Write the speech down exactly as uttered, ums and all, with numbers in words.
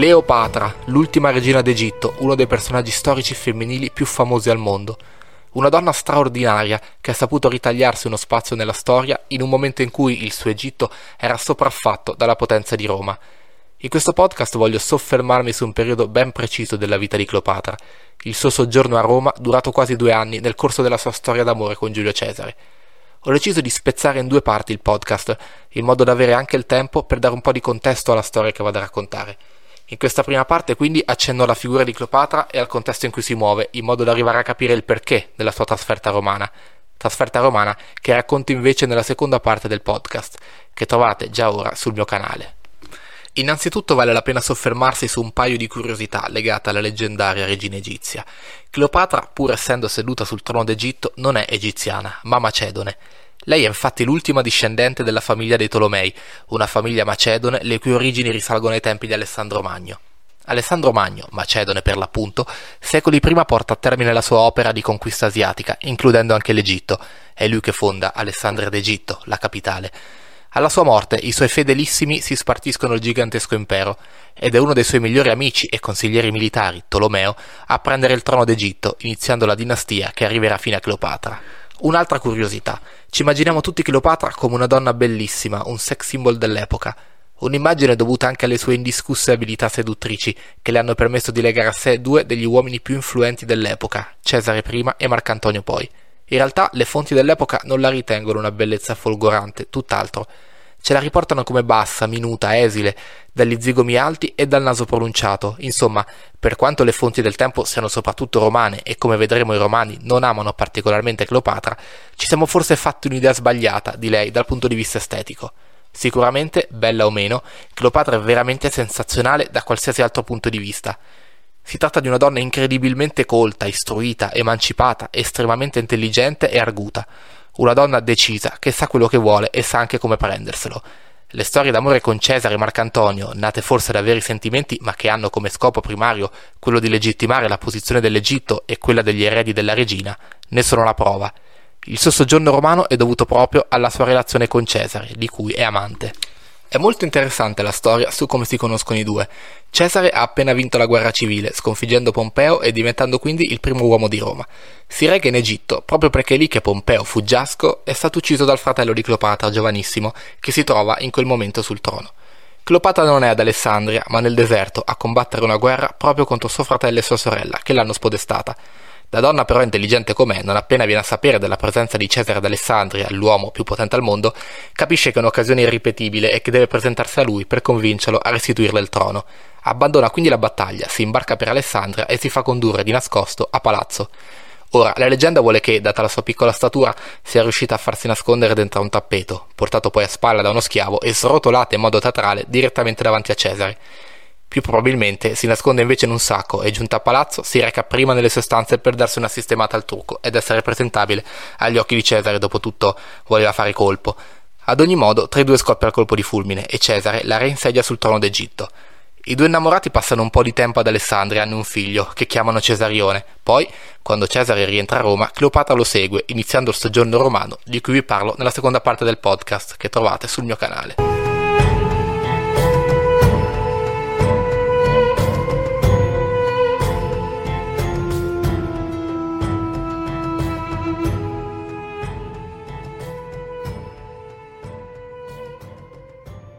Cleopatra, l'ultima regina d'Egitto, uno dei personaggi storici femminili più famosi al mondo. Una donna straordinaria che ha saputo ritagliarsi uno spazio nella storia in un momento in cui il suo Egitto era sopraffatto dalla potenza di Roma. In questo podcast voglio soffermarmi su un periodo ben preciso della vita di Cleopatra, il suo soggiorno a Roma durato quasi due anni nel corso della sua storia d'amore con Giulio Cesare. Ho deciso di spezzare in due parti il podcast, in modo da avere anche il tempo per dare un po' di contesto alla storia che vado a raccontare. In questa prima parte quindi accenno alla figura di Cleopatra e al contesto in cui si muove, in modo da arrivare a capire il perché della sua trasferta romana. Trasferta romana che racconto invece nella seconda parte del podcast, che trovate già ora sul mio canale. Innanzitutto vale la pena soffermarsi su un paio di curiosità legate alla leggendaria regina egizia. Cleopatra, pur essendo seduta sul trono d'Egitto, non è egiziana, ma macedone. Lei è infatti l'ultima discendente della famiglia dei Tolomei, una famiglia macedone le cui origini risalgono ai tempi di Alessandro Magno. Alessandro Magno, macedone per l'appunto, secoli prima porta a termine la sua opera di conquista asiatica, includendo anche l'Egitto. È lui che fonda Alessandria d'Egitto, la capitale. Alla sua morte i suoi fedelissimi si spartiscono il gigantesco impero ed è uno dei suoi migliori amici e consiglieri militari, Tolomeo, a prendere il trono d'Egitto, iniziando la dinastia che arriverà fino a Cleopatra. Un'altra curiosità: ci immaginiamo tutti Cleopatra come una donna bellissima, un sex symbol dell'epoca. Un'immagine dovuta anche alle sue indiscusse abilità seduttrici, che le hanno permesso di legare a sé due degli uomini più influenti dell'epoca, Cesare prima e Marcantonio poi. In realtà le fonti dell'epoca non la ritengono una bellezza folgorante, tutt'altro. Ce la riportano come bassa, minuta, esile, dagli zigomi alti e dal naso pronunciato. Insomma, per quanto le fonti del tempo siano soprattutto romane e come vedremo i romani non amano particolarmente Cleopatra, ci siamo forse fatti un'idea sbagliata di lei dal punto di vista estetico. Sicuramente, bella o meno, Cleopatra è veramente sensazionale da qualsiasi altro punto di vista. Si tratta di una donna incredibilmente colta, istruita, emancipata, estremamente intelligente e arguta. Una donna decisa, che sa quello che vuole e sa anche come prenderselo. Le storie d'amore con Cesare e Marcantonio, nate forse da veri sentimenti ma che hanno come scopo primario quello di legittimare la posizione dell'Egitto e quella degli eredi della regina, ne sono la prova. Il suo soggiorno romano è dovuto proprio alla sua relazione con Cesare, di cui è amante. È molto interessante la storia su come si conoscono i due. Cesare ha appena vinto la guerra civile, sconfiggendo Pompeo e diventando quindi il primo uomo di Roma. Si reca in Egitto proprio perché è lì che Pompeo, fuggiasco, è stato ucciso dal fratello di Cleopatra, giovanissimo, che si trova in quel momento sul trono. Cleopatra non è ad Alessandria, ma nel deserto, a combattere una guerra proprio contro suo fratello e sua sorella, che l'hanno spodestata. La donna però intelligente com'è, non appena viene a sapere della presenza di Cesare ad Alessandria, l'uomo più potente al mondo, capisce che è un'occasione irripetibile e che deve presentarsi a lui per convincerlo a restituirle il trono. Abbandona quindi la battaglia, si imbarca per Alessandria e si fa condurre di nascosto a palazzo. Ora, la leggenda vuole che, data la sua piccola statura, sia riuscita a farsi nascondere dentro a un tappeto, portato poi a spalla da uno schiavo e srotolata in modo teatrale direttamente davanti a Cesare. Più probabilmente si nasconde invece in un sacco e, giunta a palazzo, si reca prima nelle sue stanze per darsi una sistemata al trucco ed essere presentabile agli occhi di Cesare. Dopo tutto voleva fare colpo. Ad ogni modo, tra i due scoppia il colpo di fulmine e Cesare la reinsedia sul trono d'Egitto. I due innamorati passano un po' di tempo ad Alessandria e hanno un figlio, che chiamano Cesarione. Poi, quando Cesare rientra a Roma, Cleopatra lo segue, iniziando il soggiorno romano, di cui vi parlo nella seconda parte del podcast, che trovate sul mio canale.